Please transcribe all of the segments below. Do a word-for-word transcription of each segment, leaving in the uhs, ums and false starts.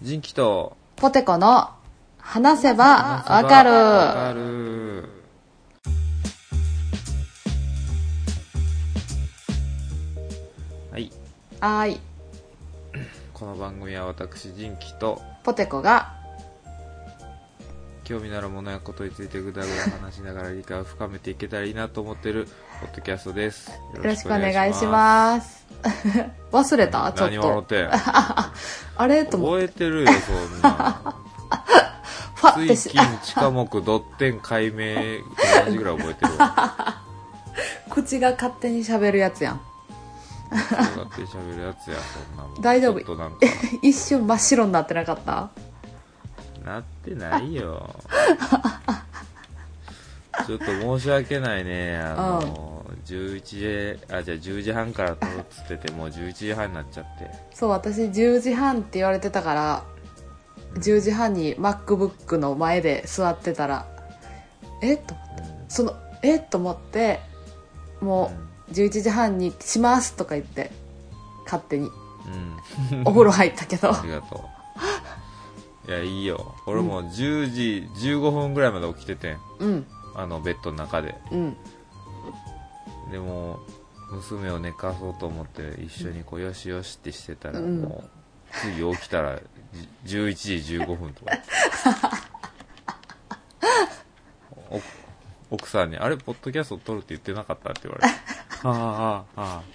人気とポテコの話せばわかる。 わかる。はい。 はーい。 この番組は私人気とポテコが興味のあるものやことについてぐだぐだ話しながら理解を深めていけたらいいなと思っているポッドキャストです。 よろしくお願いします。忘れた？ちょっと。 何笑ってんあれと思って。 覚えてるよ、そんな。 ファってし水金地下木ドッテン解明同じぐらい覚えてるわ。 口が勝手に喋るやつやん。 口が勝手に喋るやつや、そんなもん。 大丈夫。 ちょっとなんか一瞬真っ白になってなかった？ なってないよ。ちょっと申し訳ないね。あの、うん、じゅういちじ、あ、じゃあじゅうじはんから撮るっつってて、もうじゅういちじはんになっちゃって。 そう、私じゅうじはんって言われてたから、うん、じゅうじはんに MacBook の前で座ってたら、えっと思って、うん、その、えっと思って、もうじゅういちじはんにしますとか言って、勝手に。うん、お風呂入ったけど。 ありがとう。いや、いいよ。俺もじゅうじじゅうごふんぐらいまで起きててん。うん。あの、ベッドの中で。うん。でも、娘を寝かそうと思って一緒にこう、よしよしってしてたら、うん、もう、次起きたら、じゅういちじじゅうごふんとか。奥さんに、あれ、ポッドキャスト撮るって言ってなかったって言われて。はぁはぁはぁは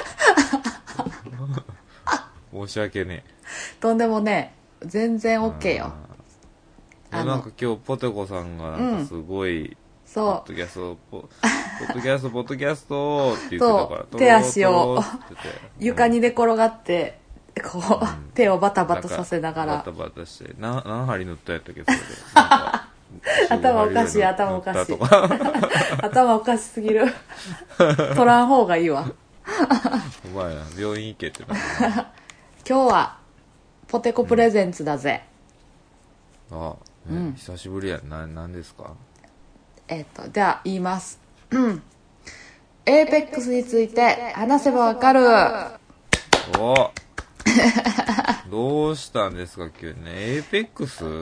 ぁ。申し訳ねえ。 とんでもねえ。全然 OK よ。 なんか今日ポテコさんがなんかすごい、うん、 そうポッドキャストポッドキャストポッドキャストって言ってたから、 手足を床に寝転がってこう、うん、手をバタバタさせながらバタバタしてな何針塗ったやったっけそれで頭おかしい頭おかしい頭おかしすぎる取らん方がいいわお前な病院行けってな今日はポテコプレゼンツだぜ、 うん、ああね、うん、久しぶりやな。何ですか？ えっとじゃあ言いますエーペックスについて話せばわかる。 おどうしたんですか急にね。エーペックス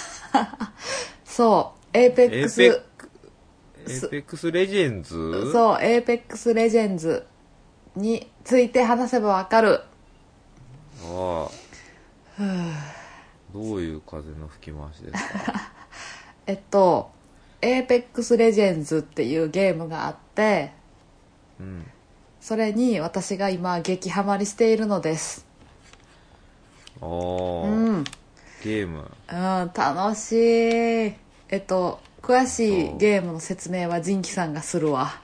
そうエーペックスエーペックスレジェンズそうエーペックスレジェンズについて話せばわかる。 ああどういう風の吹き回しですか？ えっとエーペックスレジェンズっていうゲームがあって、うん、それに私が今激ハマりしているのです。 おー、うん、ゲーム、 うん、楽しい。えっと詳しいゲームの説明はジンキさんがするわ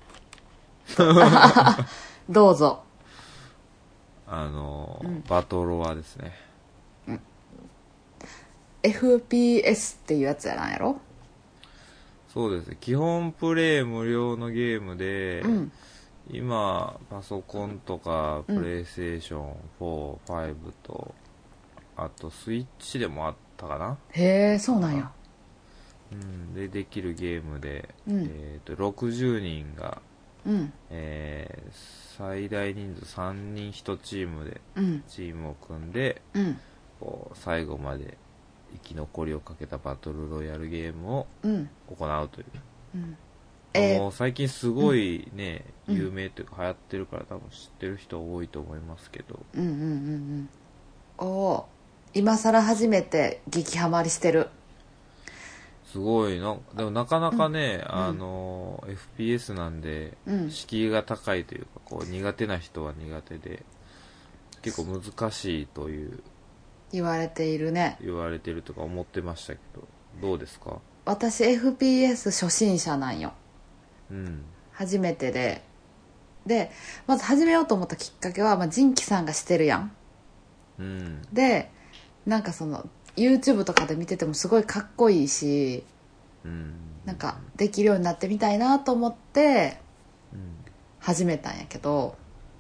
どうぞ。 あの、うん、バトロワですね、うん、 エフピーエス っていうやつやなんやろ。 そうですね。基本プレイ無料のゲームで、うん、今パソコンとかプレイステーションフォー、ファイブとあとスイッチでもあったかな。 へえ、そうなんや。 うん、でできるゲームで、うん、えー、とろくじゅうにんが、うんえー、最大人数さんにんいちチームで、うん、チームを組んで、うん、こう最後まで生き残りをかけたバトルロイヤルゲームを行うという、うんえー、もう最近すごいね、うん、有名というか流行ってるから多分知ってる人多いと思いますけど、うんうんうんうん、お今更初めて激ハマりしてる。 すごいな。でもなかなかね、うん、あの エフピーエス なんで、うん、敷居が高いというかこう苦手な人は苦手で結構難しいという言われているね。 言われてるとか思ってましたけど、どうですか？ 私 エフピーエス 初心者なんよ、うん、初めてででまず始めようと思ったきっかけは、まあ、ジンキさんがしてるやん、うん、でなんかその YouTube とかで見ててもすごいかっこいいし、うん、なんかできるようになってみたいなと思って始めたんやけど、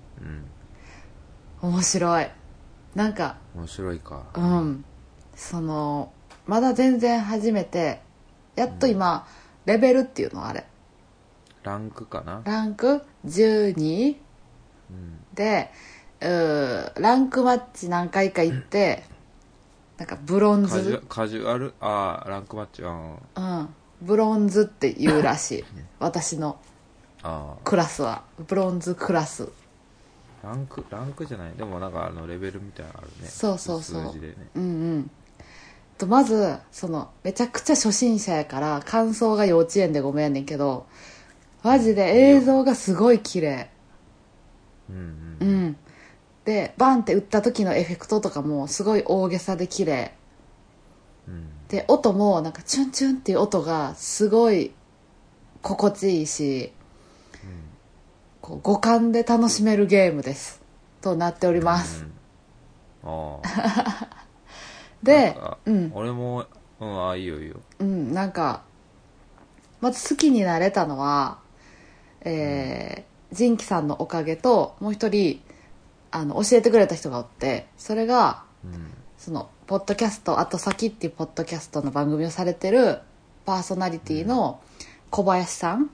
うん、面白い。なんか面白いか。 うんそのまだ全然初めてやっと今、うん、レベルっていうのあれランクかな。 ランクじゅうに、うん、でうランクマッチ何回か行ってなんかブロンズカジュカジュアルああランクマッチうん、 うん、ブロンズって言うらしい私のクラスはブロンズクラス。 ランクランクじゃないでもなんかあのレベルみたいなのあるね。 そうそうそう数字でね。 うんうんとまずそのめちゃくちゃ初心者やから感想が幼稚園でごめんやねんけどマジで映像がすごい綺麗。うんうん、うん、でバンって打った時のエフェクトとかもすごい大げさで綺麗、うん、で音もなんかチュンチュンっていう音がすごい心地いいし、うん、こう五感で楽しめるゲームですとなっております、うん、あで、 うん、俺も、うん、ああいいよいいよ、 うん、なんかまず好きになれたのはえー、ジンキさんのおかげともう一人あの教えてくれた人がおってそれが、うん、そのポッドキャスト後先っていうポッドキャストの番組をされてるパーソナリティの小林さん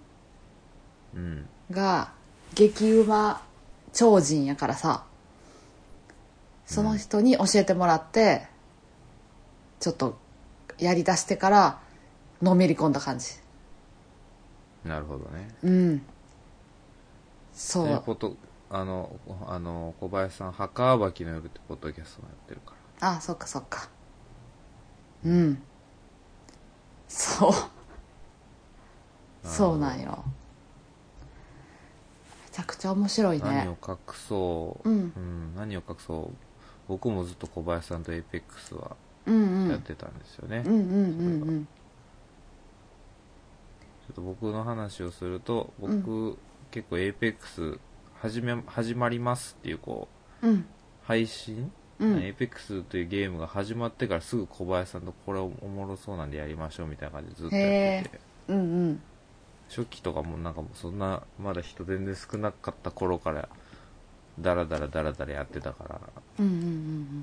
が激うま超人やからさその人に教えてもらってちょっとやりだしてからのめり込んだ感じ。 なるほどね。 うんそういうことあのあの小林さん墓暴きの夜ってポッドキャストもやってるから。ああそっかそっかうんそうそうなんよ。めちゃくちゃ面白いね。 何を隠そう、うんうん、何を隠そう僕もずっと小林さんとエイペックスはやってたんですよね。うんうんうんうんちょっと僕の話をすると僕、うん、結構エイペックス始め始まりますっていうこう、うん、配信、うん、エイペックスというゲームが始まってからすぐ小林さんとこれおもろそうなんでやりましょうみたいな感じでずっとやってて、うんうん、初期とかもなんかもうそんなまだ人全然少なかった頃からダラダラダラダラやってたから、うんうんうん、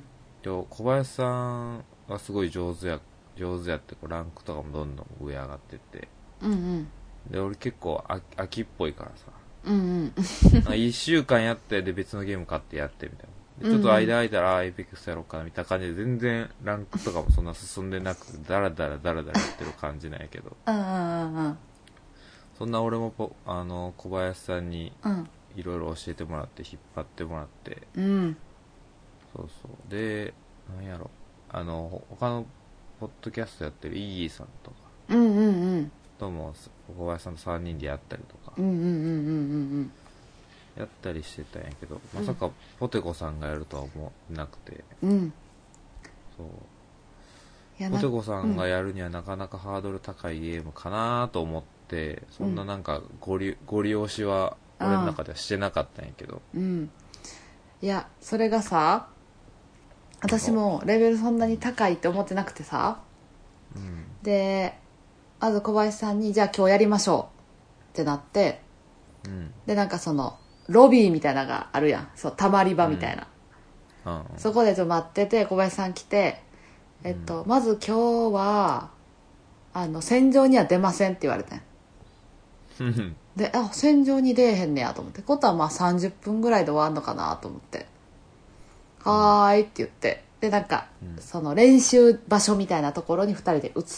で小林さんはすごい上手や上手やってこうランクとかもどんどん上上がってって、うんうん、で俺結構秋っぽいからさ、うんうん、いっしゅうかんやってで別のゲーム買ってやってみたいなでちょっと間空いたらエイペックスやろうかなみたいな感じで全然ランクとかもそんな進んでなくてダラダラダラダラやってる感じなんやけどそんな俺もポあの小林さんにいろいろ教えてもらって引っ張ってもらって、うん、そうそうでなんやろあの他のポッドキャストやってるイギーさんとか、うんうんうん、とも小林さんとさんにんでやったりとか、うんうんうんうんうん、やったりしてたんやけど、うん、まさかポテコさんがやるとは思ってなくて、うん、そうポテコさんがやるにはなかなかハードル高いゲームかなと思って、そんななんかごり、ご利用しは俺の中ではしてなかったんやけど、うん、いやそれがさ私もレベルそんなに高いって思ってなくてさ、うん、でまず小林さんにじゃあ今日やりましょうってなって、うん、でなんかそのロビーみたいなのがあるやんそうたまり場みたいな、うんうん、そこでちょっと待ってて小林さん来て、えっと、うん、まず今日はあの戦場には出ませんって言われてんであ戦場に出えへんねやと思ってことはまあさんじゅっぷんぐらいで終わんのかなと思ってはーいって言ってでなんか、うん、その練習場所みたいなところにふたりで移って、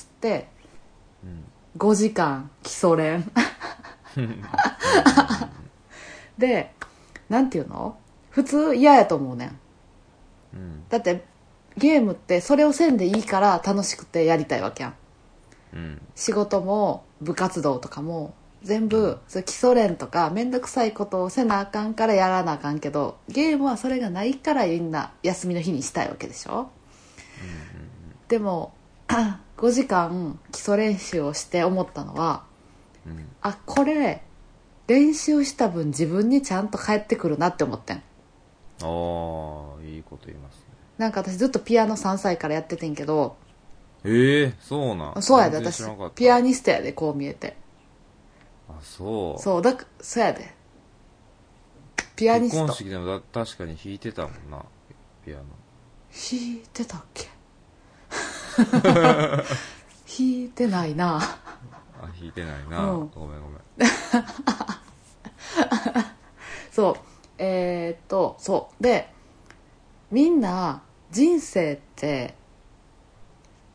うん、ごじかん基礎練でなんていうの普通嫌やと思うねん、うん、だってゲームってそれをせんでいいから楽しくてやりたいわけやん、うん、仕事も部活動とかも全部、うん、それ基礎練とかめんどくさいことをせなあかんからやらなあかんけどゲームはそれがないからみんな休みの日にしたいわけでしょ、うんうんうん、でもごじかん基礎練習をして思ったのは、うん、あこれ練習した分自分にちゃんと返ってくるなって思ってん。ああいいこと言いますね。なんか私ずっとピアノさんさいからやっててんけどええー、そうなんそうやで私ピアニストやでこう見えてあそうそうだかそうやでピアニスト結婚式でもだ確かに弾いてたもんなピアノ弾いてたっけ弾いてないなあ弾いてないな、うん、ごめんごめんそうえー、っとそうでみんな人生って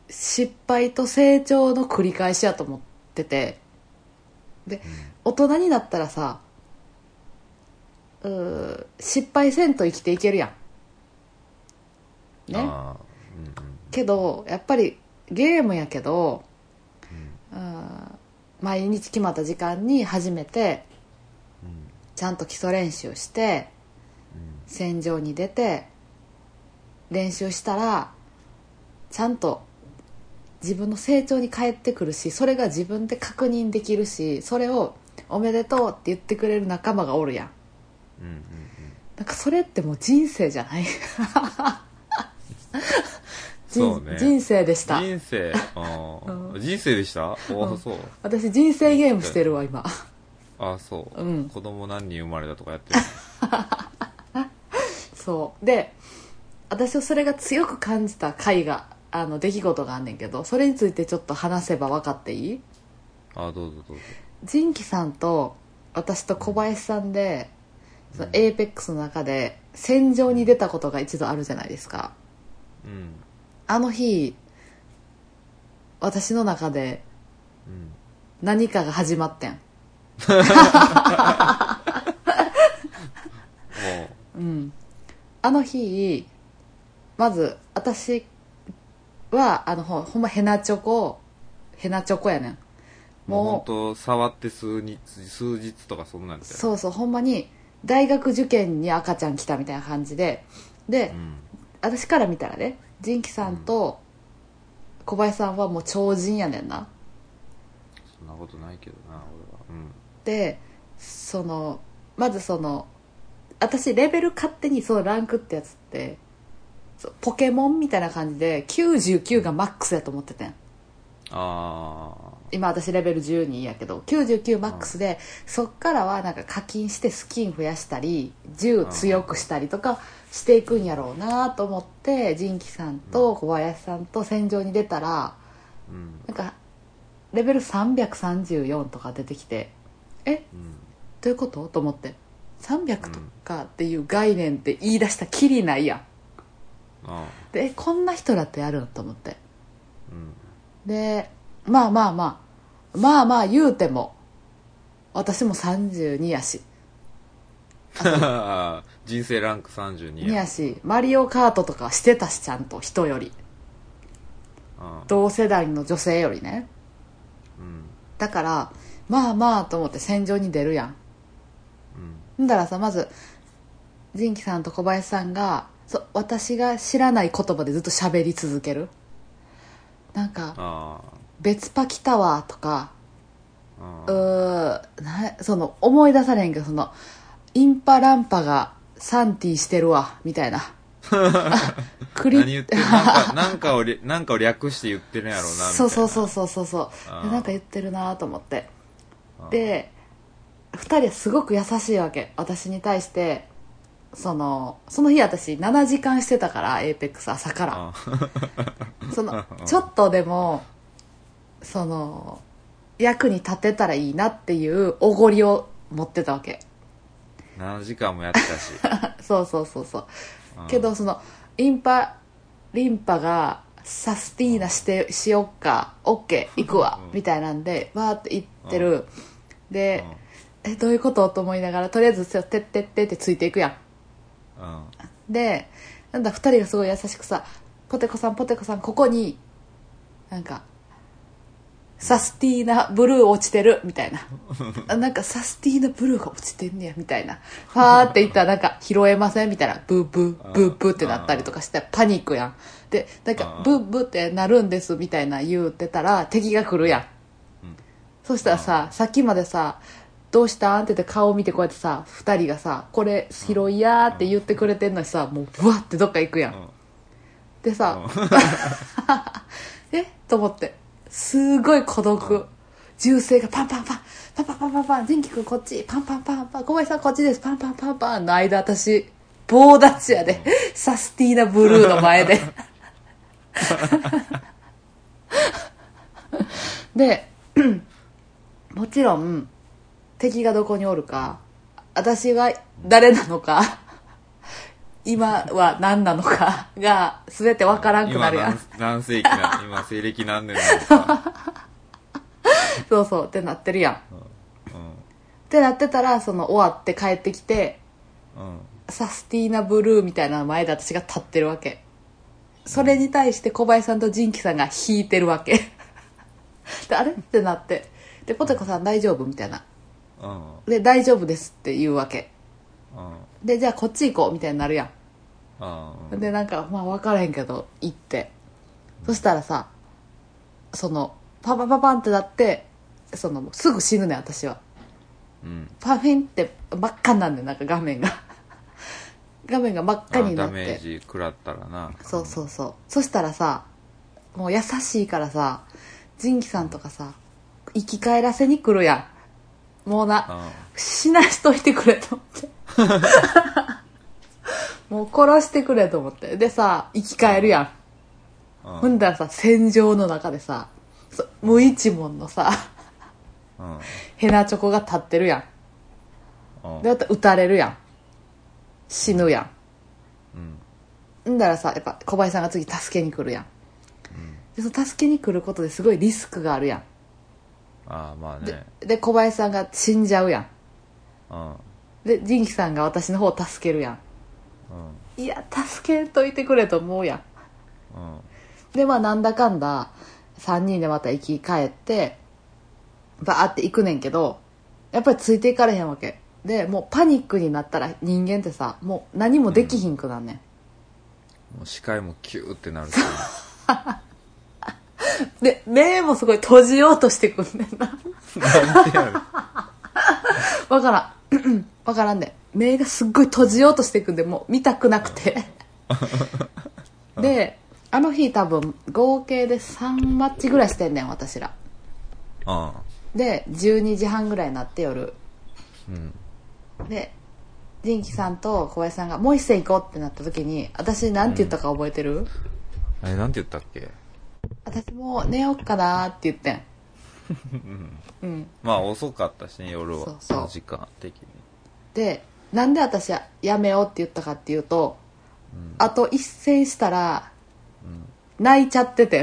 失敗と成長の繰り返しやと思ってて、で、うん、大人になったらさ、うー失敗せんと生きていけるやんね、うんうん、けどやっぱりゲームやけど、うん、毎日決まった時間に始めて、うん、ちゃんと基礎練習して、うん、戦場に出て練習したらちゃんと自分の成長に返ってくるし、それが自分で確認できるし、それをおめでとうって言ってくれる仲間がおるやん、うんうんうん、なんかそれってもう人生じゃないそうね、 人生でした。 人生、あ、うん、人生でした。お、そう。 私人生ゲームしてるわ今。 あ、そう、うん、子供何人生まれたとかやってるそうで、私はそれが強く感じた回があの出来事があんねんけど、それについてちょっと話せば分かっていい？ あ、どうぞどうぞ。 仁紀さんと私と小林さんで、うん、そのエーペックスの中で戦場に出たことが一度あるじゃないですか。うん、あの日私の中で何かが始まってん、うん、あの日まず私はあの ほ, ほんまヘナチョコヘナチョコやねん。 もうほんと触って数日数日とかそんなんじゃそうそう、ほんまに大学受験に赤ちゃん来たみたいな感じで、で、うん、私から見たらね、仁紀さんと小林さんはもう超人やねんな。 そんなことないけどな俺は、うん、 でそのまずその私レベル勝手にそのランクってやつってポケモンみたいな感じできゅうじゅうきゅうがマックスやと思っててん。あ今私レベルじゅうにやけどきゅうじゅうきゅうマックスで、そっからはなんか課金してスキン増やしたり銃強くしたりとかしていくんやろうなと思って仁紀さんと小林さんと戦場に出たら、うん、なんかレベルさんびゃくさんじゅうよんとか出てきて、え、うん、どういうことと思って、さんびゃくとかっていう概念って言い出したきりないやん。ああでこんな人だってやるんと思って、うん、でまあまあまあまあまあ言うても私もさんじゅうにやし人生ランクさんじゅうにややし、マリオカートとかしてたし、ちゃんと人より、ああ同世代の女性よりね、うん、だからまあまあと思って戦場に出るやん、うん、んだらさ、まず仁紀さんと小林さんがそ私が知らない言葉でずっと喋り続ける。なんかあ別パ来たわとか、うーなその思い出されへんけど、そのインパランパがサンティしてるわみたいなクリ何言ってるなんかなんかをなんかを略して言ってるやろうなみたいな。 そうそうそうそうそうそうなんか言ってるなと思って、でふたりはすごく優しいわけ、私に対して。そのその日私ななじかんしてたから、エーペックス朝からそのちょっとでもその役に立てたらいいなっていうおごりを持ってたわけ。 ななじかんもやってたしそうそうそうそうけどそのインパリンパがサスティーナしてしよっか OK 行くわみたいなんでバーって行ってる。でえどういうことと思いながらとりあえずてってってってついていくやん。でなんだふたりがすごい優しくさ、ポテコさんポテコさんここになんかサスティーナブルー落ちてるみたいななんかサスティーナブルーが落ちてんねやみたいな、ファーって言ったらなんか拾えませんみたいな、ブーブーブーブーってなったりとかしてパニックやん。でなんかブーブーってなるんですみたいな言うてたら敵が来るやん、うん、そしたらさ、さっきまでさどうしたんって言って顔を見てこうやってさふたりがさこれ拾いやーって言ってくれてんのにさ、もうブワッてどっか行くやん、うん、でさ、うん、えと思ってすごい孤独、うん、銃声がパンパンパンパンパンパンパンパン、仁紀くんこっちパンパンパンパン、小林さんこっちですパンパンパンパンの間、私棒立ちやで、うん、サスティーナブルーの前ででもちろん敵がどこにおるか私が誰なのか今は何なのかが全て分からんくなるやん。 今 何, 何世紀な今西暦何年なのかそうそうってなってるやん、うんうん、ってなってたらその終わって帰ってきて、うん、サスティナブルーみたいな前で私が立ってるわけ。それに対して小林さんとジンキさんが引いてるわけであれってなって、でポテコさん大丈夫みたいな、うん、で大丈夫ですって言うわけ、うん、でじゃあこっち行こうみたいになるやん、うん、でなんかまあ分からへんけど行って、うん、そしたらさそのパパパパンってなってそのすぐ死ぬね私は、うん、パフィンって真っ赤になんねん、なんか画面が画面が真っ赤になって、 ダメージ食らったらな。 そうそうそう。そしたらさもう優しいからさジンキさんとかさ生き返らせに来るやん。もうな、うん、死なしといてくれと思ってもう殺してくれと思って、でさ生き返るやん、うん、ほんだらさ戦場の中でさ無一文のさ、うん、ヘナチョコが立ってるやん、うん、でまた撃たれるやん、死ぬやん、うん、んだらさやっぱ小林さんが次助けに来るやん、うん、でその助けに来ることですごいリスクがあるやん。 ああまあね。 で, で小林さんが死んじゃうやん、うん、でジンキさんが私の方を助けるやん、うん、いや助けといてくれと思うやん、うん、でまあなんだかんださんにんでまた生き返ってバーって行くねんけど、やっぱりついていかれへんわけで、もうパニックになったら人間ってさもう何もできひんくなんねん、 うん、もう視界もキューってなるで目もすごい閉じようとしてくんねんななんでやるわからんわからんね、目がすっごい閉じようとしてくんでもう見たくなくてであの日多分合計でさんマッチぐらいしてんねん私ら、ああでじゅうにじはんぐらいになって夜、うん、でジンキさんと小林さんがもう一戦行こうってなった時に私なんて言ったか覚えてる？うん、 あれなんて言ったっけ？ 私もう寝よっかなって言ってんうん、まあ遅かったしね夜は。そうそう時間的にでなんで私はやめようって言ったかっていうと、うん、あと一戦したら、うん、泣いちゃってて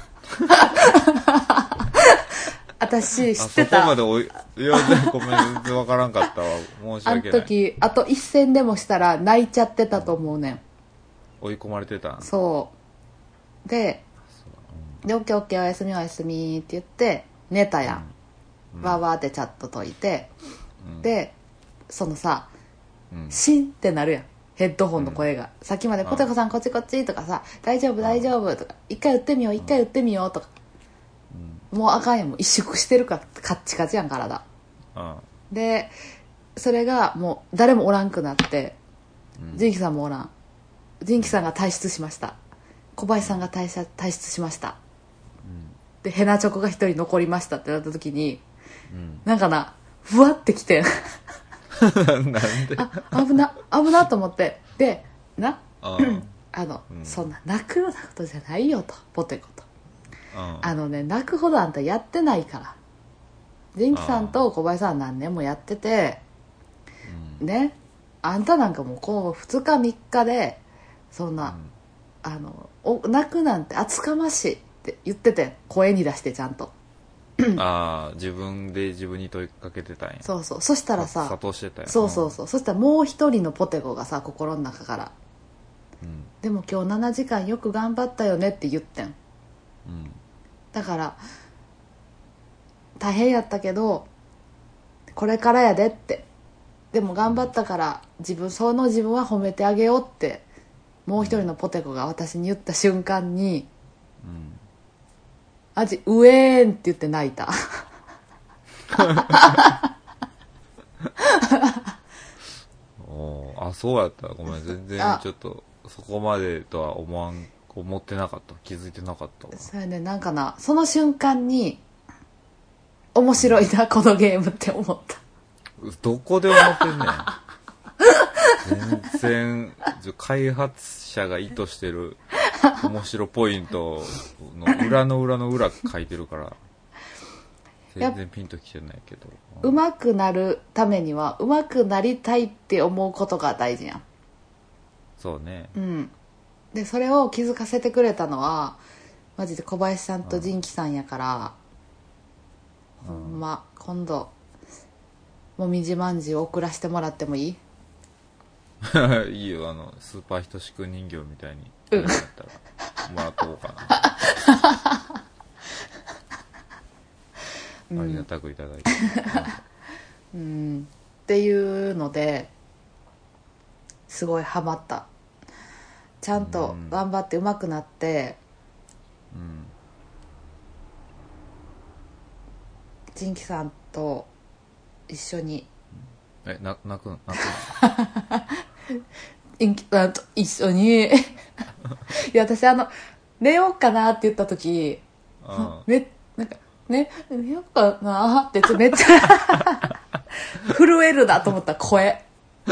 私知ってた。 あそこまでおいいやごめん全然わからんかったわ申し訳ない。 あの時あと一戦でもしたら泣いちゃってたと思うねん。 追い込まれてた。 そうで、うん、でオッケーオッケーおやすみおやすみって言って寝たやん、うん、わーわーってチャット解いて、うん、でそのさ、うん、シンってなるやんヘッドホンの声が、うん、さっきまでポテコさんこっちこっちとかさ大丈夫大丈夫とか一回打ってみよう一回打ってみようとか、うん、もうあかんやんもう萎縮してるからカッチカチやん体、うん、でそれがもう誰もおらんくなって、うん、ジンキさんもおらん、ジンキさんが退出しました、小林さんが退社退出しました、うん、でヘナチョコが一人残りましたってなった時に、うん、なんかなふわってきてんなんであ危な危なと思って、でなああの、うん、そんな泣くようなことじゃないよとポテコと、あ, あのね泣くほどあんたやってないから、ジンキさんと小林さんは何年もやってて、うん、ねあんたなんかもうこうふつかみっかでそんな、うん、あのお泣くなんて厚かましいって言ってて声に出してちゃんとああ自分で自分に問いかけてたんや。 そうそう、そしたらさ諭してたんや。 そうそうそう、そしたらもう一人のポテコがさ心の中から、うん、でも今日ななじかんよく頑張ったよねって言ってん、うん、だから大変やったけどこれからやでって、でも頑張ったから自分その自分は褒めてあげようってもう一人のポテコが私に言った瞬間に、うん、あじうえーんって言って泣いたおあそうやった。ごめん全然ちょっとそこまでとは思わん思ってなかった、気づいてなかったわ。 それねなんかなその瞬間に面白いな、うん、このゲームって思った。 どこで思ってんねん全然開発者が意図してる面白ポイントの裏の裏の裏書いてるから全然ピンときてないけど、 うまくなるためにはうまくなりたいって思うことが大事やん。 そうね。 うんでそれを気づかせてくれたのはマジで小林さんと仁紀さんやから、ほんま今度もみじまんじゅう送らせてもらってもいい？ いいよ、あのスーパーひとしくん人形みたいにやったらもらっとこうかな、うん、ありがたくいただいて、 うん、っていうのですごいハマった。ちゃんと頑張って上手くなって、うん、仁紀さんと一緒にえな泣くん泣くん一緒にいや私あの寝ようかなって言った時、うん、めなんかね寝ようかなってめっちゃ震えるなと思った声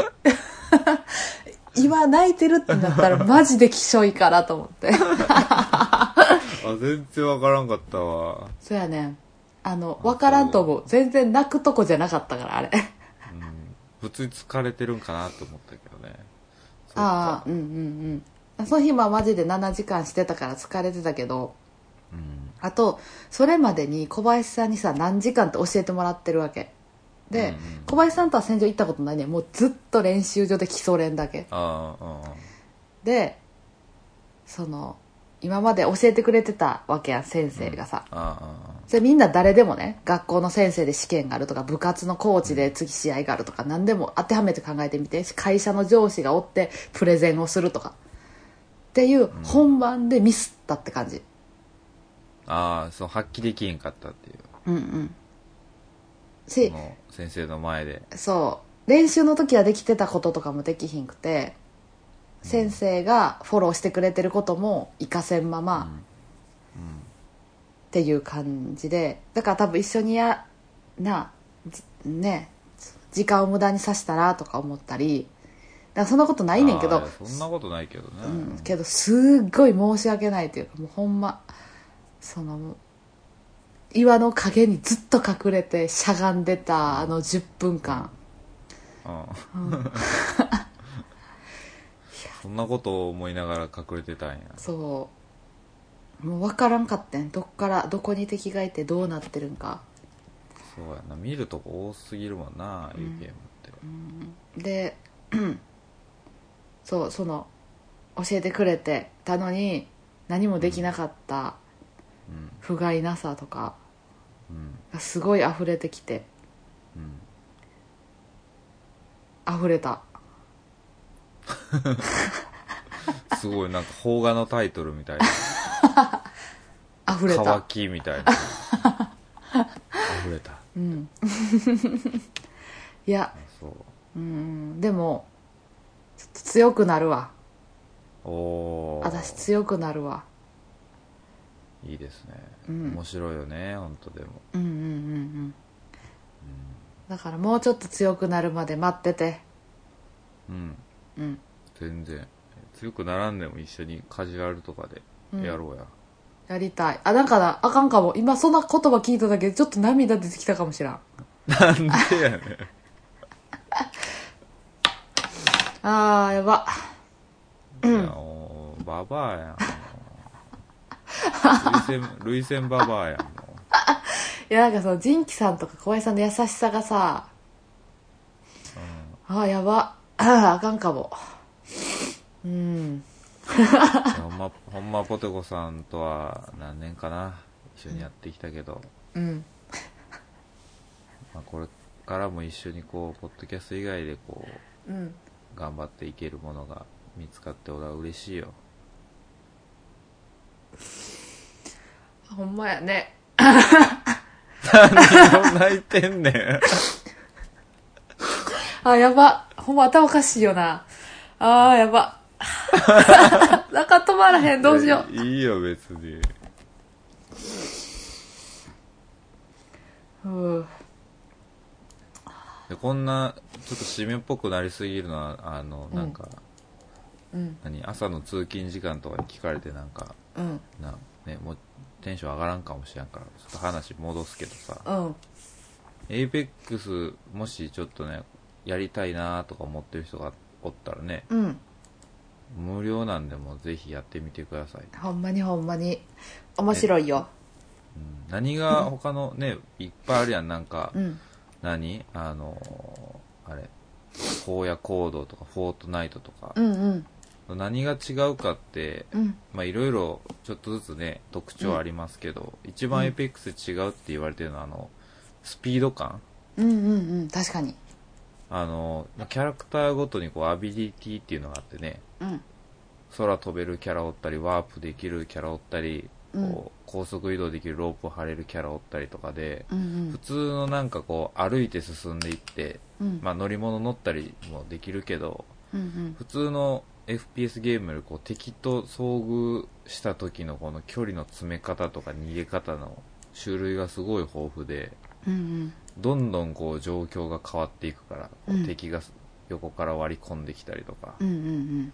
今泣いてるってなったらマジできしょいからと思ってあ全然わからんかったわ。 そうやねん、あのわからんと思う。全然泣くとこじゃなかったからあれ、うん、 普通に疲れてるんかなと思ったけどね。 ああうんうんうん、その日はマジでななじかんしてたから疲れてたけど、うん、あとそれまでに小林さんにさ何時間って教えてもらってるわけで、うんうん、小林さんとは戦場行ったことないね。もうずっと練習場で基礎練だけ。ああでその今まで教えてくれてたわけやん先生がさ、うん、あそれみんな誰でもね、学校の先生で試験があるとか部活のコーチで次試合があるとか、何でも当てはめて考えてみて、会社の上司がおってプレゼンをするとかっていう本番でミスったって感じ、うん、 ああそう発揮できへんかったっていう。 うんうんその先生の前でそう練習の時はできてたこととかもできひんくて、うん、先生がフォローしてくれてることも活かせんまま、うんうん、っていう感じで、だから多分一緒にやなね時間を無駄にさせたらとか思ったり、だからそんなことないねんけど、 そんなことないけどね、 うん、けどすっごい申し訳ないというか、もうほんまその岩の陰にずっと隠れてしゃがんでたあのじゅっぷんかん、うん、 そんなことを思いながら隠れてたんや。 そうもう分からんかったん、どっからどこに敵がいてどうなってるんか。 そうやな、見るとこ多すぎるもんな、ああいうゲームって、 うん、でそうその教えてくれてたのに何もできなかった不甲斐なさとかがすごい溢れてきて、うん、溢れたすごいなんか邦画のタイトルみたいな溢れた乾きみたいな溢れた、うん、 いやそう、うん、でもちょっと強くなるわ。お私強くなるわ。 いいですね、うん、面白いよね本当でも。うんうんうんうん、うん、 だからもうちょっと強くなるまで待ってて。 うんうん全然強くならんでも一緒にカジュアルとかでやろうや、 うん、やりたい。あなんかなあかんかも、今そんな言葉聞いただけでちょっと涙出てきたかもしらん。 なんでやねんあーやばいやもうババアやん涙腺ババアやんもう。 いやなんかその仁紀さんとか小林さんの優しさがさ、うん、あーやばああかんかも。うんほんまほんまポテコさんとは何年かな一緒にやってきたけど、うんうんまあ、これからも一緒にこうポッドキャスト以外でこう、うん、頑張っていけるものが見つかって俺は嬉しいよ。 ほんまやね何を泣いてんねんあやばほんま頭おかしいよな。あーやば中止まらへんどうしよう。 いいよ別に。うんでこんなちょっと締めっぽくなりすぎるのはあのなんか、うん、何朝の通勤時間とかに聞かれてなんか、うん、なねもうテンション上がらんかもしれんからちょっと話戻すけどさ、うん、エイペックスもしちょっとねやりたいなとか思ってる人がおったらね、うん、 無料なんでもぜひやってみてください。 ほんまにほんまに面白いよ。 うん、何が他のね、いっぱいあるやん、なんか、 うん、 何あのー、あれ荒野行動とかフォートナイトとか、 うんうん、 何が違うかって、うん、まあいろいろちょっとずつね特徴ありますけど、うん、一番エイペックスで違うって言われてるのはあのスピード感。 うんうんうん、確かに。 あのキャラクターごとにこうアビリティっていうのがあってね、うん、空飛べるキャラおったりワープできるキャラおったり、こう、うん、高速移動できるロープを張れるキャラおったりとかで、うんうん、普通のなんかこう歩いて進んでいって、うん、まあ乗り物乗ったりもできるけど、うんうん、普通の エフピーエス ゲームよりこう敵と遭遇した時のこの距離の詰め方とか逃げ方の種類がすごい豊富で、うんうん、どんどんこう状況が変わっていくから、こう敵が横から割り込んできたりとか、うんうんうん、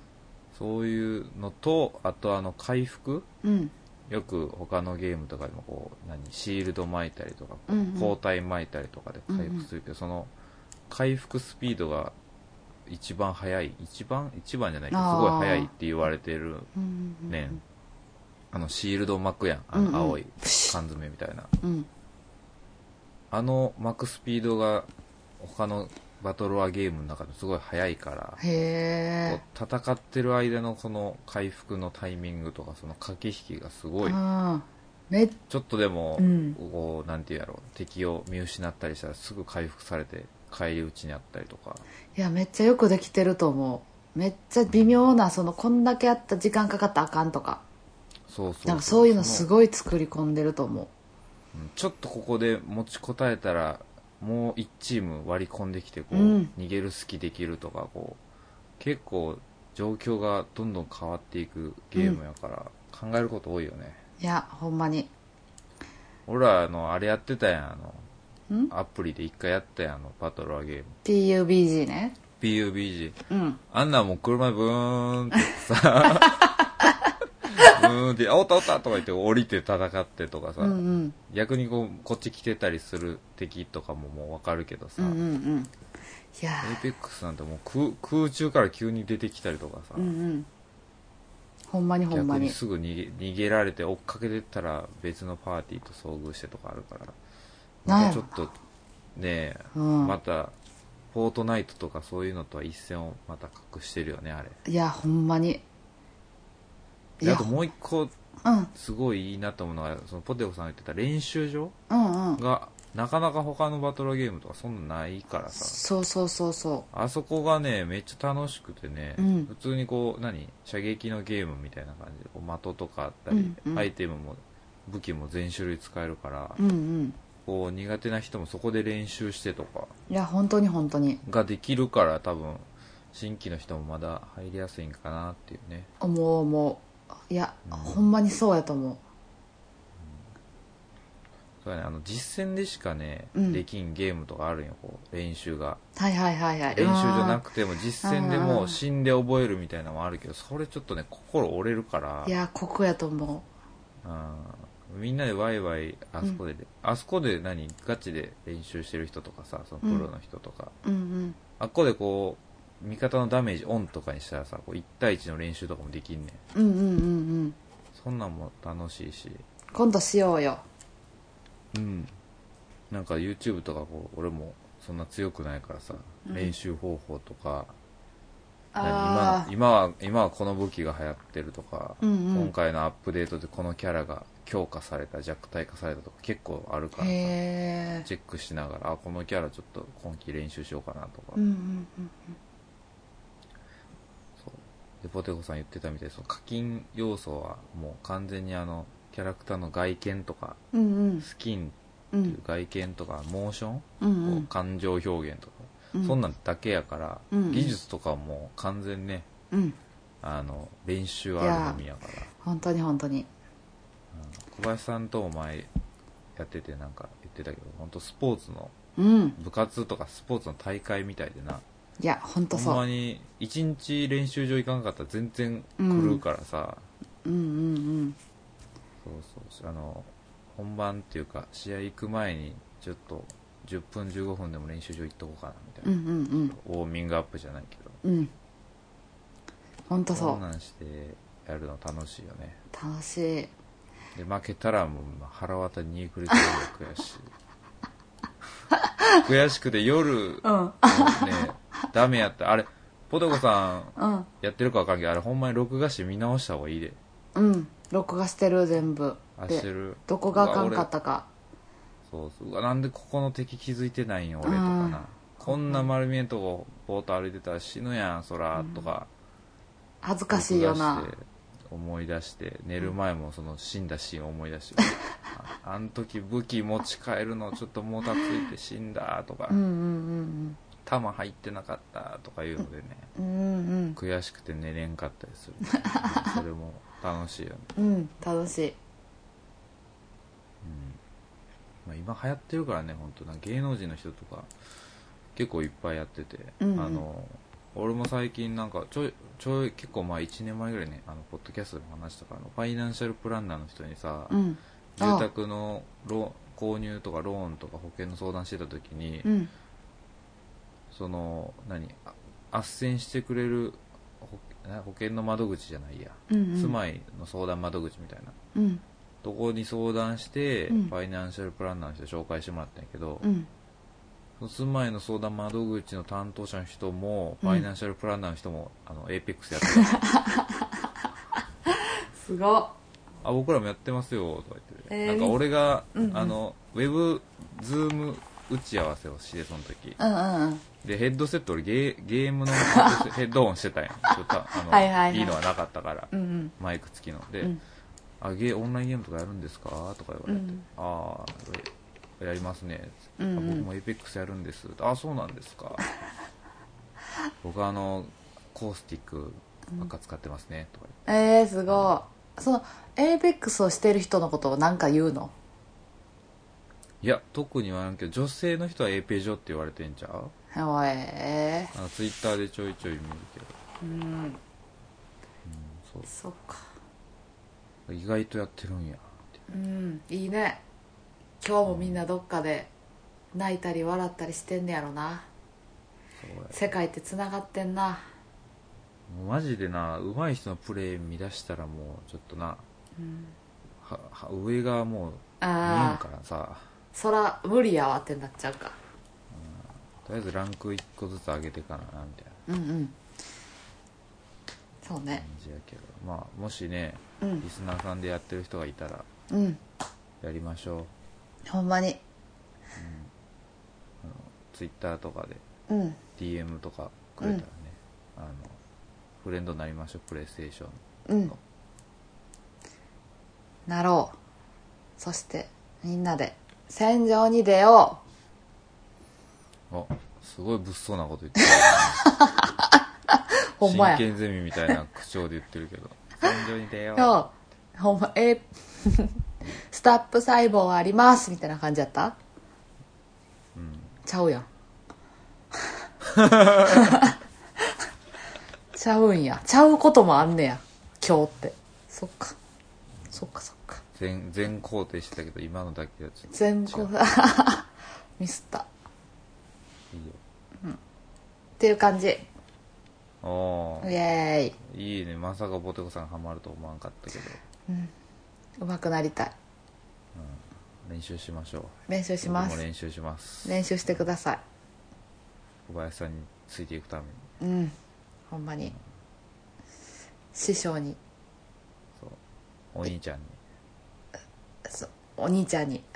そういうのと、あとあの回復、うん、よく他のゲームとかでもこう何シールド巻いたりとか、うんうん、包帯巻いたりとかで回復するけど、うんうん、その回復スピードが一番速い一番一番じゃないけどすごい速いって言われてるねん。あのシールド巻くやん、あの青い缶詰みたいな、うん、あの巻くスピードが他のバトルワーゲームの中ですごい速いから、へー、戦ってる間のこの回復のタイミングとかその駆け引きがすごい、めちょっとでも、うん、こうなんていうやろう、敵を見失ったりしたらすぐ回復されて返り討ちにあったりとか。 いやめっちゃよくできてると思う。めっちゃ微妙な、そのこんだけあった時間かかったらあかんとか、そうそうそう、なんかそういうのすごい作り込んでると思う。 ちょっとここで持ちこたえたらもういちチーム割り込んできてこう、うん、逃げる隙できるとか、こう結構状況がどんどん変わっていくゲームやから、うん、考えること多いよね。 いやほんまに。 俺らあのあれやってたやん、あのアプリで一回やったやん、あのバトルワーゲームピーユービージー ね。 ピーユービージー、うん、あんなんもう車でブーンってさうーんで、あ、おったおったとか言って降りて戦ってとかさ、うんうん、逆にこうこっち来てたりする敵とかももう分かるけどさ、うんうんうん、いやエイペックスなんてもう 空, 空中から急に出てきたりとかさ、うんうん、 ほんまにほんまに逆にすぐ逃げ、逃げられて追っかけてったら別のパーティーと遭遇してとかあるから、またちょっとねえ、うん、またフォートナイトとかそういうのとは一線をまた画してるよね、あれ。 いやほんまに。 あともう一個すごいいいなと思うのが、そのポテコさんが言ってた練習場がなかなか他のバトルゲームとかそんなないからさ。 そうそうそうそう。 あそこがねめっちゃ楽しくてね、うん、普通にこう何射撃のゲームみたいな感じでこう的とかあったり、うんうん、アイテムも武器も全種類使えるから、うんうん、こう苦手な人もそこで練習してとか、 いや本当に本当にができるから、多分新規の人もまだ入りやすいんかなっていうね。 思う思う。いや、うん、ほんまにそうやと思う。うん、 そうやね、あの実戦でしかね、うん、できんゲームとかあるんよ、こう練習が。 はいはいはいはい。 練習じゃなくても実戦でも死んで覚えるみたいなのもあるけど、それちょっとね心折れるから。 いやここやと思う。うん、みんなでワイワイあそこで、うん、あそこで何ガチで練習してる人とかさ、そのプロの人とか、うんうんうん、あっこでこう味方のダメージオンとかにしたらさ、こういち対いちの練習とかもできんねん。うんうんうんうん。そんなんも楽しいし。 今度しようよ。 うん。なんか YouTube とかこう俺もそんな強くないからさ、うん、練習方法とか、今の今は今はこの武器が流行ってるとか、うんうん、今回のアップデートでこのキャラが強化された弱体化されたとか結構あるからさ、チェックしながら、あこのキャラちょっと今期練習しようかなとか。うんうんうんうん、でポテコさん言ってたみたいにその課金要素はもう完全にあのキャラクターの外見とか、うんうん、スキンっていう外見とか、うん、モーション、うんうん、感情表現とか、うん、そんなんだけやから、うんうん、技術とかも完全ね、うん、あの練習あるのみやから。 本当に本当に、 うん、小林さんとも前やっててなんか言ってたけど、本当スポーツの、うん、部活とかスポーツの大会みたいでな。 いやほんとそう。 ほんまに一日練習場行かなかったら全然狂うからさ、うん、うんうんうんそうそう、あの本番っていうか試合行く前にちょっとじゅっぷんじゅうごふんでも練習場行っとこうかなみたいな、うんうんうん、ウォーミングアップじゃないけど、うん、いほんとそう。 こんなんしてやるの楽しいよね。 楽しい。 で負けたらもう腹渡りにくれてるの悔しい悔しくて夜、うん、ねダメやったあれポテコさん、うん、やってるか分からんけどあれほんまに録画して見直した方がいいで。 うん録画してる全部。 あしてる。 どこがあかんかったか。 そうそう。なんでここの敵気づいてないんよ俺とかな、うん、こんな丸見えんとこボート歩いてたら死ぬやんそら、うん、とか恥ずかしいよな。 思い出して寝る前もその死んだシーンを思い出して、うん、あ, あん時武器持ち帰るのちょっともたついて死んだとか、うんうんうん、弾入ってなかったとかいうのでね、うんうん、悔しくて寝れんかったりするそれも楽しいよね。 うん楽しい、うんまあ、今流行ってるからね本当な芸能人の人とか結構いっぱいやってて、うんうん、あの俺も最近なんかちょいちょい結構まあいちねんまえぐらいねあのポッドキャストでも話したからファイナンシャルプランナーの人にさ、うん、住宅のロ購入とかローンとか保険の相談してた時に、うん、その何斡旋してくれる 保, 保険の窓口じゃないや、うんうん、住まいの相談窓口みたいな、うん、とこに相談して、うん、ファイナンシャルプランナーの人紹介してもらったんやけど、うん住まいの相談窓口の担当者の人も、うん、ファイナンシャルプランナーの人もあのエーペックスやってるすごっあ僕らもやってますよとか言って、えー、なんか俺が、うんうん、あのウェブズーム打ち合わせをしてその時、うんうんうん、でヘッドセット俺ゲ ー, ゲームのヘッドホンしてたんやちょっとあのはいはい、はい、いいのはなかったから、うんうん、マイク付きので、うん、あゲオンラインゲームとかやるんですかとか言われて、うん、ああやりますね、うんうん、僕もエイペックスやるんです。あそうなんですか僕はあのコースティックばっか使ってますね、うん、とか言ってえー、すごい、うん、そのエイペックスをしてる人のことを何か言うの？ いや特にはなんけど女性の人はエイペジョって言われてんちゃう？ えー、 あのツイッターでちょいちょい見るけどうん、うん、 そうそっか意外とやってるんやってうんいいね今日もみんなどっかで泣いたり笑ったりしてんねやろな、うん、世界ってつながってんなもうマジでな上手い人のプレー見出したらもうちょっとな、うん、はは上がもう見えんからさそら無理やわってなっちゃうか、 うん、とりあえずランクいっこずつ上げてかなみたいなうんうんそうね感じやけどまあもしね、うん、リスナーさんでやってる人がいたら、うん、やりましょうほんまに、うん、 あのツイッターとかで、うん、ディーエム とかくれたらね、うん、あのフレンドになりましょうプレイステーションの、うん、 なろうそしてみんなで戦場に出ようあすごい物騒なこと言ってる、ね、 ほんまや真剣ゼミみたいな口調で言ってるけど戦場に出ようほんまえスタップ細胞ありますみたいな感じやった、うん、ちゃうやんちゃうんやちゃうこともあんねや今日ってそっかそっかそっか全全肯定してたけど今のだけはちょっと全肯定ミスったいいよ、 うん、っていう感じおーイエーイいいねまさかポテコさんハマると思わんかったけどうん上手くなりたい、 うん、練習しましょう練習します僕も練習します練習してください小林さんについていくためにうんほんまに、うん、師匠にそうお兄ちゃんにそうお兄ちゃんに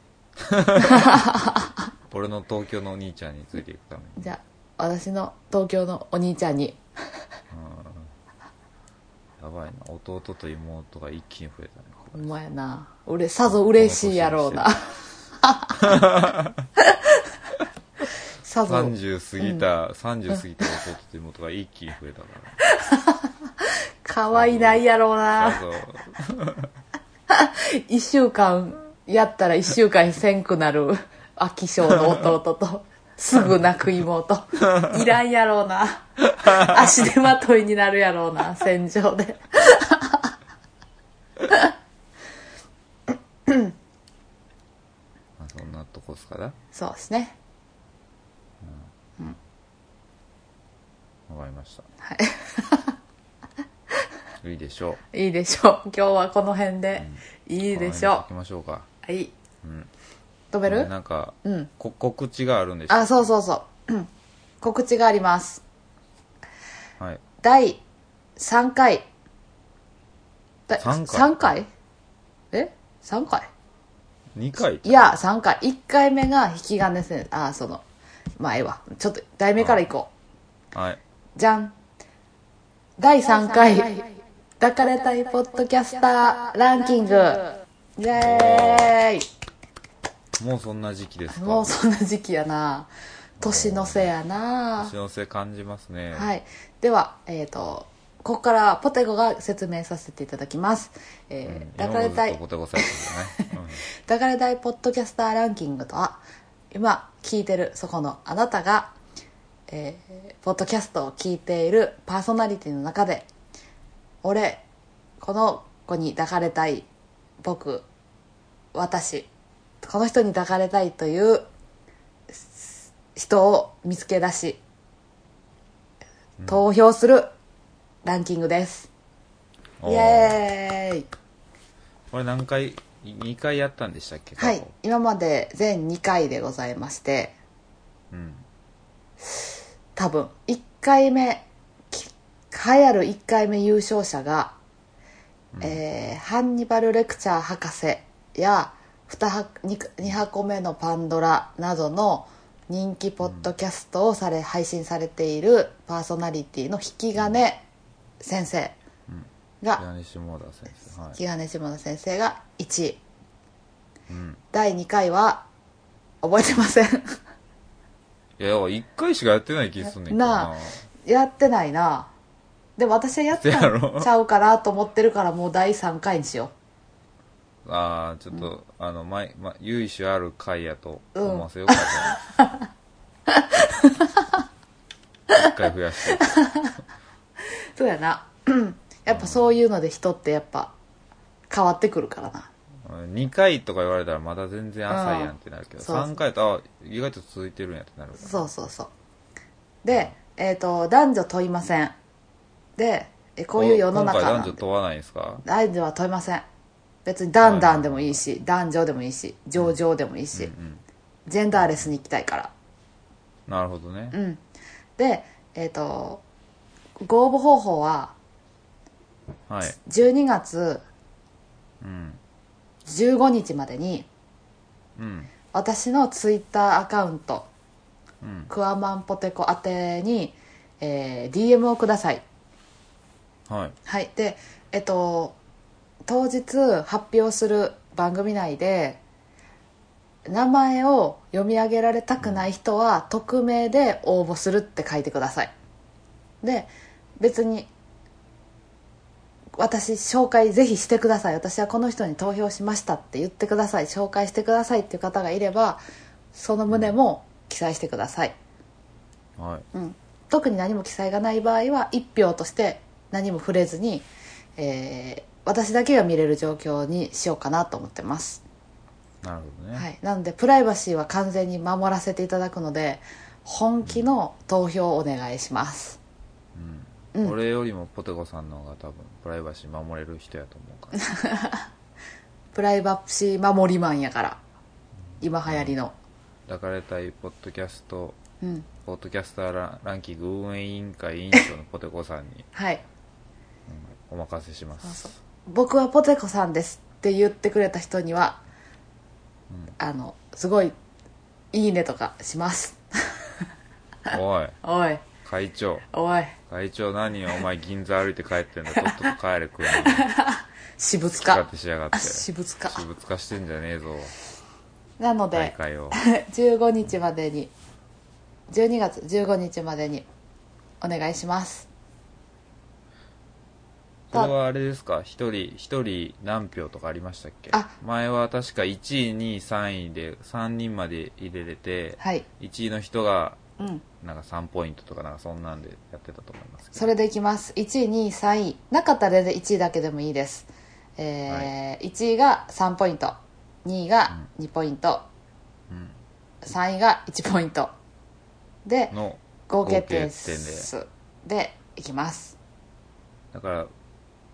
俺の東京のお兄ちゃんについていくためにじゃあ私の東京のお兄ちゃんにやばいな弟と妹が一気に増えたねほんまやな俺さぞ嬉しいやろうなさぞさんじゅう過ぎた、うん、さんじゅう過ぎた弟と妹が一気に増えたからかわいないやろうな一週間やったら一週間せんくなる飽き性の弟とすぐ泣く妹いらんやろうな足手まといになるやろうな戦場でまあそんなとこっすかなそうですねうん、うん、わかりましたはいいいでしょう。いいでしょう。今日はこの辺で、うん、いいでしょう。 行きましょうか。 はい。うん。止める？ なんか、うん、こ告知があるんでしょ？ あ、そうそうそう。うん。告知があります。 はい。 だいさんかい。 さんかい ?さん 回え ?さん 回 ?に 回いや、さんかい。いっかいめが引き金先生。あ、その、まあ、ええわ。ちょっと、題名からいこう。はい。 じゃん。だいさんかい、抱かれたいポッドキャスターランキング。イェーイ。 もうそんな時期ですか？ もうそんな時期やな。年の瀬やな。 年の瀬感じますね。 はい。では、えっ、ー、と、ここからポテゴが説明させていただきます。えー、抱かれたい、 ポテゴされてるね。 抱かれたいポッドキャスターランキングとは、今聞いてるそこのあなたが、えー、ポッドキャストを聞いているパーソナリティの中で、俺、この子に抱かれたい、僕、私、この人に抱かれたいという人を見つけ出し、投票するランキングです。うん、イエーイ。 これ何回、にかいやったんでしたっけ？ はい、今まで全にかいでございまして、うん、多分いっかいめ、栄えあるいっかいめ優勝者が、うんえー、ハンニバルレクチャー博士や 2, 箱目のパンドラなどの人気ポッドキャストをされ配信されているパーソナリティの引き金先生が、 引き金下田先生、はい、 引き金下田先生がいちい、うん、だいにかいは覚えてません。 いやいっかいしかやってない気すんねんけどな。なあやってないな。でも私はやったんちゃうかなと思ってるから、もうだいさんかいにしよう。ああちょっと、うん、あの前、ま、由緒ある回やと思わせようかな。一回増やして。 そうやな。やっぱそういうので人ってやっぱ変わってくるからな。 にかいとか言われたらまだ全然浅いやんってなるけど、うん、さんかいとあ意外と続いてるんやってなるから。 そうそうそう。で、えっ、ー、と男女問いません。でこういう世の中なんで。 今回男女問わないんですか？ 男女は問いません。別に男男でもいいし、男女でもいいし、上々でもいいし、うんうんうん、ジェンダーレスに行きたいから。 なるほどね。 うん。で、えっ、ー、とご応募方法は、はい、じゅうにがつじゅうごにちまでに、うん、私のツイッターアカウント、うん、クワマンポテコ宛てに、えー、ディーエム をください。はい、はい、でえっと当日発表する番組内で名前を読み上げられたくない人は匿名で応募するって書いてください。で別に私紹介ぜひしてください、私はこの人に投票しましたって言ってください、紹介してくださいっていう方がいればその旨も記載してください、はいうん、特に何も記載がない場合はいち票として何も触れずに、えー、私だけが見れる状況にしようかなと思ってます。 なるほどね、 はい、なのでプライバシーは完全に守らせていただくので本気の投票をお願いします、 うんうん、俺よりもポテコさんの方が多分プライバシー守れる人やと思うからプライバシー守りマンやから、うん、今流行りの抱かれたいポッドキャスト、うん、ポッドキャスター ラ, ランキング運営委員会委員長のポテコさんにはい、うん、お任せします。 そうそう、僕はポテコさんですって言ってくれた人には、うん、あのすごいいいねとかします。 おいおい会長、 おい会長何お前銀座歩いて帰ってんだ、とっとと帰れくれ。 私物化しやがって私物化私物化してんじゃねえぞ。 なのでじゅうごにちまでにじゅうにがつじゅうごにちまでにお願いします。 これはあれですか、一人一人何票とかありましたっけ？あ、前は確かいちいにいさんいでさんにんまで入れれて、はい、いちいの人がなんかさんポイントとかなんかそんなんでやってたと思いますけど。 それでいきます。いちいにいさんいなかったら全然いちいだけでもいいです、えーはい、いちいがさんポイント、にいがにポイント、うん、さんいがいちポイントで合計点数でいきます。 だから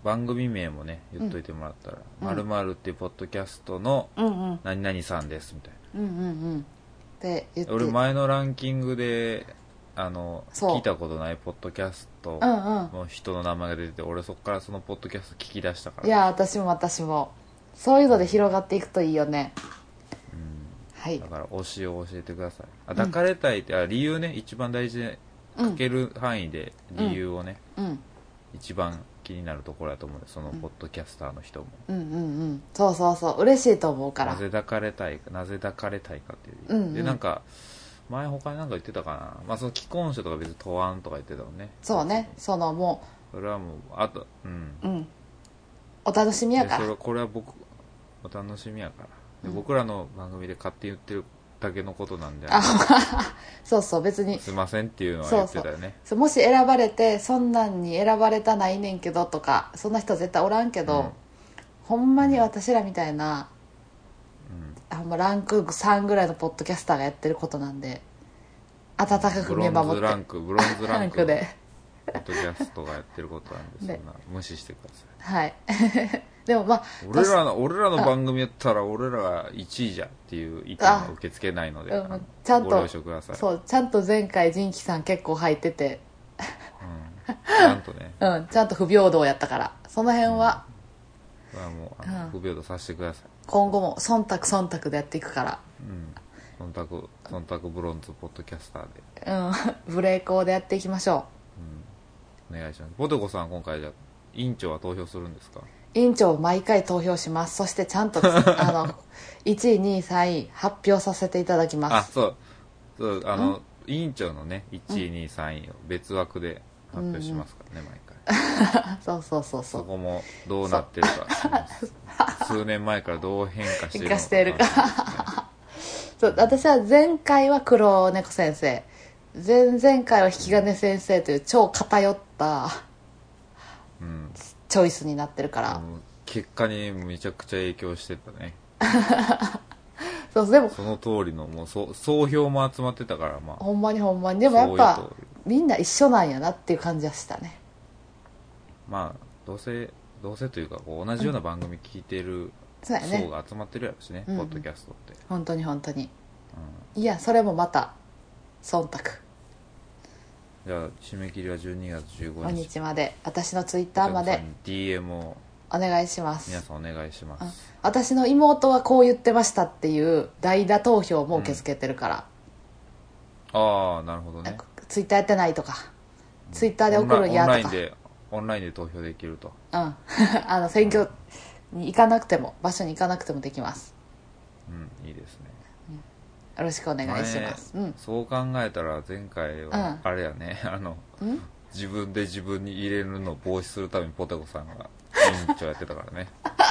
番組名もね言っといてもらったら「まるまるっていうポッドキャストの何々さんです」みたいな、うんうんうん、って言って俺前のランキングであの聞いたことないポッドキャストの人の名前が出てて、うんうん、俺そっからそのポッドキャスト聞き出したから。 いや私も私もそういうので広がっていくといいよね、うん、はい。 だから推しを教えてください。あ抱かれたいって、うん、あ理由ね一番大事で書ける範囲で理由をね、うんうん、一番気になるところだと思うんで、そのポッドキャスターの人も、 うんうんうん、そうそうそう嬉しいと思うから。 なぜ抱かれたいかなぜ抱かれたいかっていう、うんうん、でなんか前他に何か言ってたかな、まあその既婚者とか別に問わんとか言ってたもんね。 そうね、そのもうそれはもうあとうん、うん、 お楽しみやから。 それこれは僕お楽しみやからで、うん、僕らの番組で勝手に言ってるだけのことなんで、 そうそう別にすいませんっていうのは言ってたよね。 そうそうもし選ばれてそんなんに選ばれたないねんけどとかそんな人絶対おらんけど、うん、ほんまに私らみたいな、うん、ほんまランクさんぐらいのポッドキャスターがやってることなんで温かく見守って。ブロンズランクブロンズランクでポッドキャストがやってることなんで、そんな無視してください。 はいでもまあ俺らの俺らの番組やったら俺らがいちいじゃっていう意見は受け付けないので、うん、ちゃんとご了承ください。 そうちゃんと前回仁キさん結構入ってて、 うん、ちゃんとね、 うん、ちゃんと不平等やったからその辺は、 うん、はもうあの、うん、不平等させてください。 今後も忖度忖度でやっていくから、 うん、忖度忖度ブロンズポッドキャスターで、うん、ブレイコーでやっていきましょう、うん、お願いします。ポテコさん今回じゃ委員長は投票するんですか？ 委員長毎回投票します。そしてちゃんとあのいちいにいさんい発表させていただきます。 あそうそうあの委員長のねいちいにいさんいを別枠で発表しますからね、うん、 毎回そうそうそうそうそこもどうなってるか数年前からどう変化してるのか、変化してるかそう私は前回は黒猫先生前々回は引き金先生という超偏ったうんチョイスになってるから、 結果にめちゃくちゃ影響してたねそうでもその通りのもうそ総評も集まってたから、まあ、 ほんまにほんまにでもやっぱみんな一緒なんやなっていう感じはしたね。 まあどうせどうせというかこう同じような番組聞いてる層が集まってるやろしね、うん、ポッドキャストって本当に本当に、うん、いやそれもまた忖度。 じゃあ締め切りはじゅうにがつじゅうごにちにちまで私のツイッターまでディーエム をお願いします。 皆さんお願いします、うん、 私の妹はこう言ってましたっていう代打投票も受け付けてるから、 うん、ああなるほどね。 ツイッターやってないとか、うん、ツイッターで送るんやとかオンラインでオンラインで投票できると、 うんあの選挙に行かなくても場所に行かなくてもできます。 うんいいですね、 よろしくお願いします、うん、 そう考えたら前回はあれやね、うん、あの、うん、自分で自分に入れるのを防止するためにポテコさんが委員長やってたからね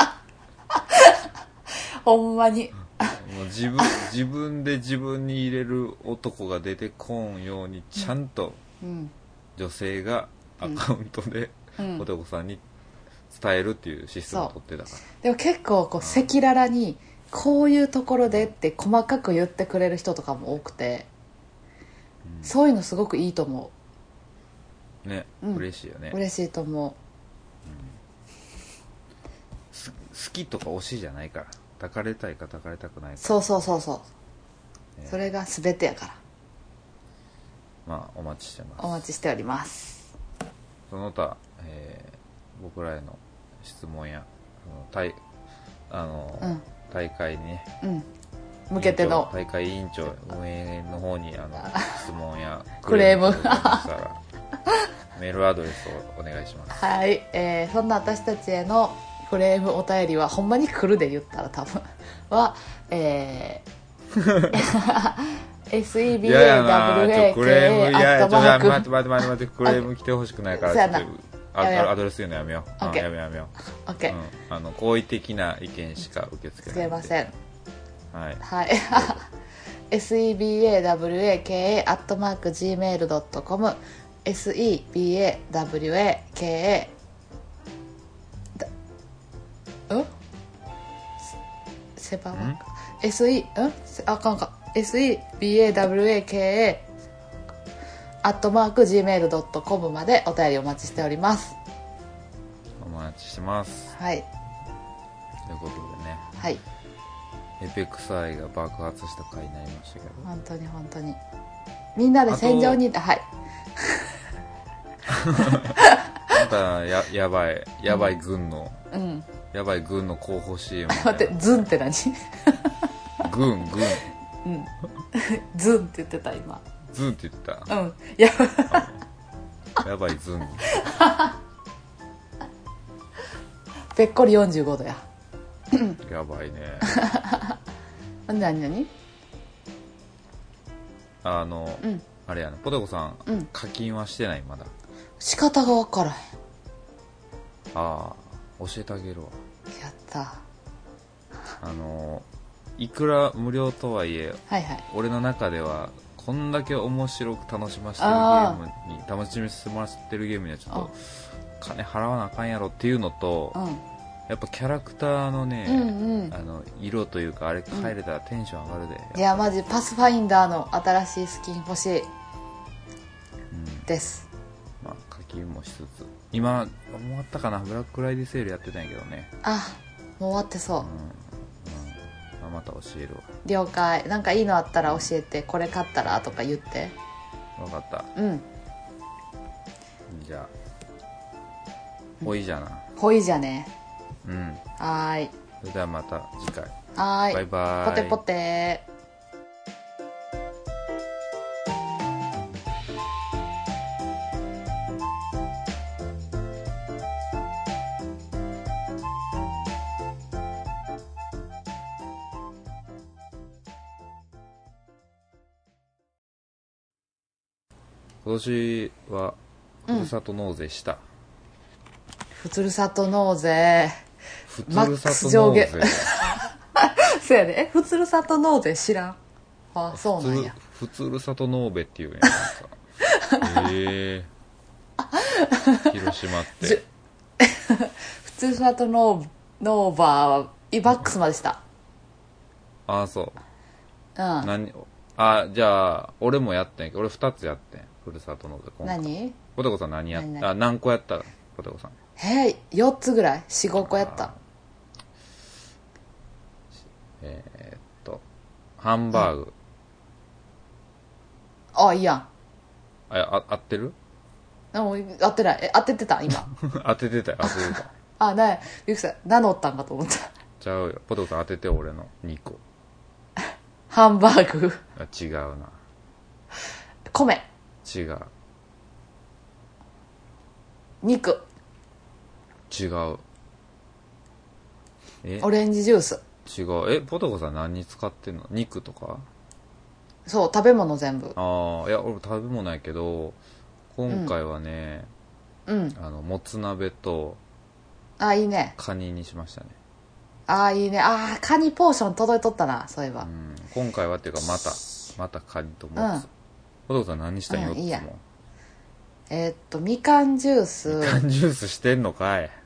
ほんまにもう自分自分で自分に入れる男が出てこんようにちゃんと女性がアカウントでポテコさんに伝えるっていうシステムを取ってたから、 でも結構こう赤裸々にこういうところでって細かく言ってくれる人とかも多くて、うん、そういうのすごくいいと思うね、うん、嬉しいよね。 嬉しいと思う、うん、 好きとか推しじゃないから抱かれたいか抱かれたくないか、 そうそうそうそう、ね、それが全てやから。 まあお待ちしてます。 お待ちしております。 その他、えー、僕らへの質問やあのあの、うん大会にね、うん、 向けての大会委員長運営の方にあの質問やクレームしたらメールアドレスをお願いします。 はい、えー、そんな私たちへのクレームお便りはほんまに来るで言ったら多分は、えー、エスイービーエーダブリューエーケー アットマーク待って待って待って待ってクレーム来てほしくないからちょっとアドレス言うのやめよう、うん、やめようやめよう、okay. うん、あの好意的な意見しか受け付けないません。 はい、 はい、エスイービーエーダブリューエーケー アットマーク ジーメールドットコム エスイービーエーダブリューエーケー うんセバワン SE うんあかんか エスイービーエーダブリューエーケーアットマーク ジーメールドットコム までお便りお待ちしております。 お待待ちしてます。 はい。 ということでね。 はい。 エペックスアイが爆発した回になりましたけど。 本当に本当に。みんなで戦場に、はい。 またややばいやばい軍の、うん、やばい軍の候補 シーエム待ってズンって何？ 軍軍うんズンって言ってた今。 ズンって言ってた。 うんやばやばいズンぺっこりよんじゅうごどや。 やばいね。 何何あの、うん、あれやね、ポテコさん、うん、課金はしてないまだ。 仕方が分からへん。 ああ教えてあげるわ。 やった。 あのいくら無料とはいえ、 はいはい、 俺の中ではこんだけ面白く楽しませてるゲームに楽しみせてもらってるゲームにはちょっと金払わなあかんやろっていうのと、うん、やっぱキャラクターのね、うんうん、あの色というかあれ変えれたらテンション上がるで、 うん、いやマジパスファインダーの新しいスキン欲しい、うん、です。 まあ課金もしつつ今終わったかな、ブラックフライデーセールやってたんやけどね。 あもう終わってそう、うんうんまあ、また教えるわ。 了解。なんかいいのあったら教えて、これ買ったらとか言って。 分かった。 うんじゃあほいじゃな、 ほいじゃね。 うんはーい。 それではまた次回。 はーい。 バイバイ。 ポテポテ。 今年はふるさと納税した、 うん、ふるさと納税ふつるさと納税そうやで。えふつるさと納税知らん。あそうなんや。 ふつるさと納税っていうやんかへえー、広島ってふつるさと納ーバーはイバックスまでした。 ああそう、 うん、 何あじゃあ俺もやってんけど俺ふたつやってんふるさと納税。 何ポテコさん何やった？あ何個やったポテコさん。 へえよっつぐらい よん,ご 個やった。 えー、っとハンバーグ、うん、 あいいやん。 ああ合ってる？ 合ってない。え当ててた今当ててたよ当ててたあねえゆきさん名乗ったんかと思った。 ちゃうよポテコさん当てて俺のにこ。 ハンバーグ。 あ違うな。 米。 違う。 肉。 違う。 えオレンジジュース。 違う。えポテコさん何に使ってんの？肉とか？ そう食べ物全部。 ああいや俺食べ物やけど今回はね、うん、あのもつ鍋とあいいねカニにしましたね。 あいいね。あカニポーション届いとったなそういえば、うん、 今回はっていうかまたまたカニともつ、うん、ポテコさん何したんよ、うん、いいやえー、っとみかんジュース。 みかんジュースしてんのかい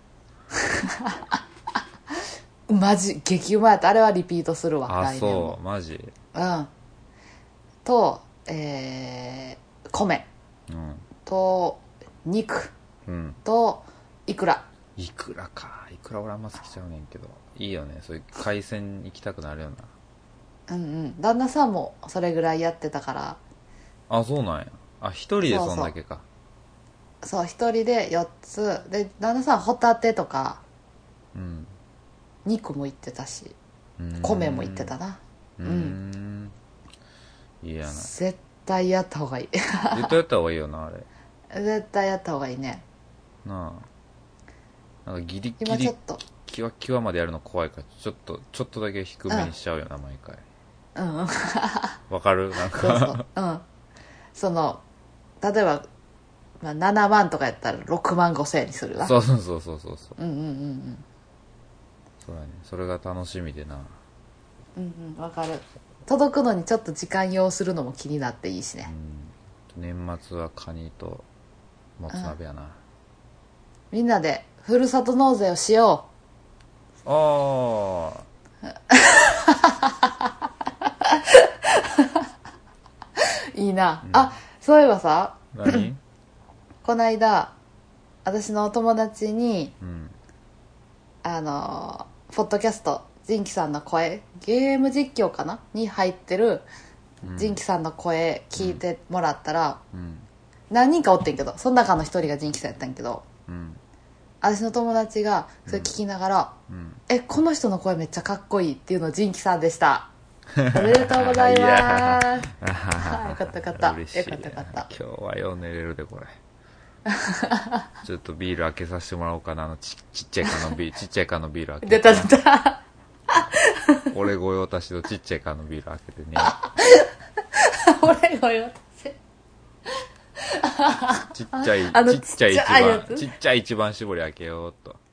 マジ激うまやった。あれはリピートするわ。 あそうマジ。 うんとえー、米、うん、と肉、うん、とイクラ。 イクラか。イクラ俺あんま好きちゃうねんけどいいよねそういう海鮮行きたくなるよな。うんうん旦那さんもそれぐらいやってたから。 あそうなんや。あ一人でそんだけか。 そう一人でよっつで旦那さんホタテとか、うん、肉もいってたし米もいってたな。うん、うんいいやな。 絶対やった方がいい絶対やった方がいいよなあれ。 絶対やった方がいいね。なあなんかギリギリ今ちょっとキワキワまでやるの怖いからちょっとちょっとだけ低めにしちゃうよな、うん、毎回。うんわかるなんかそうそううんその例えば、まあ、ななまんとかやったらろくまんごせんえんにするわ。 そうそうそうそうそううんうんうんうんそうだねそれが楽しみでな。 うんうんわかる。届くのにちょっと時間要するのも気になっていいしね。 うん年末はカニともつ鍋やな、うん、 みんなでふるさと納税をしよう。 あいいな、うん、あそういえばさ何こないだ私のお友達に、うん、 あのポッドキャストジンキさんの声ゲーム実況かなに入ってるジンキさんの声聞いてもらったら、うん、何人かおってんけどその中の一人がジンキさんやったんやけど、うん、私の友達がそれ聞きながら、うん、えこの人の声めっちゃかっこいいっていうのをジンキさんでした。おめでとうございます。よかったよかったよかったよかった。 今日はよう寝れるでこれ。ちょっとビール開けさせてもらおうかな。あの ち, ちっちゃい缶のビールちっちゃい缶のビール開けて出た出た俺御用達のちっちゃい缶のビール開けてね俺御用達ちっちゃいちっちゃい一番ちっちゃい一番搾り開けようっと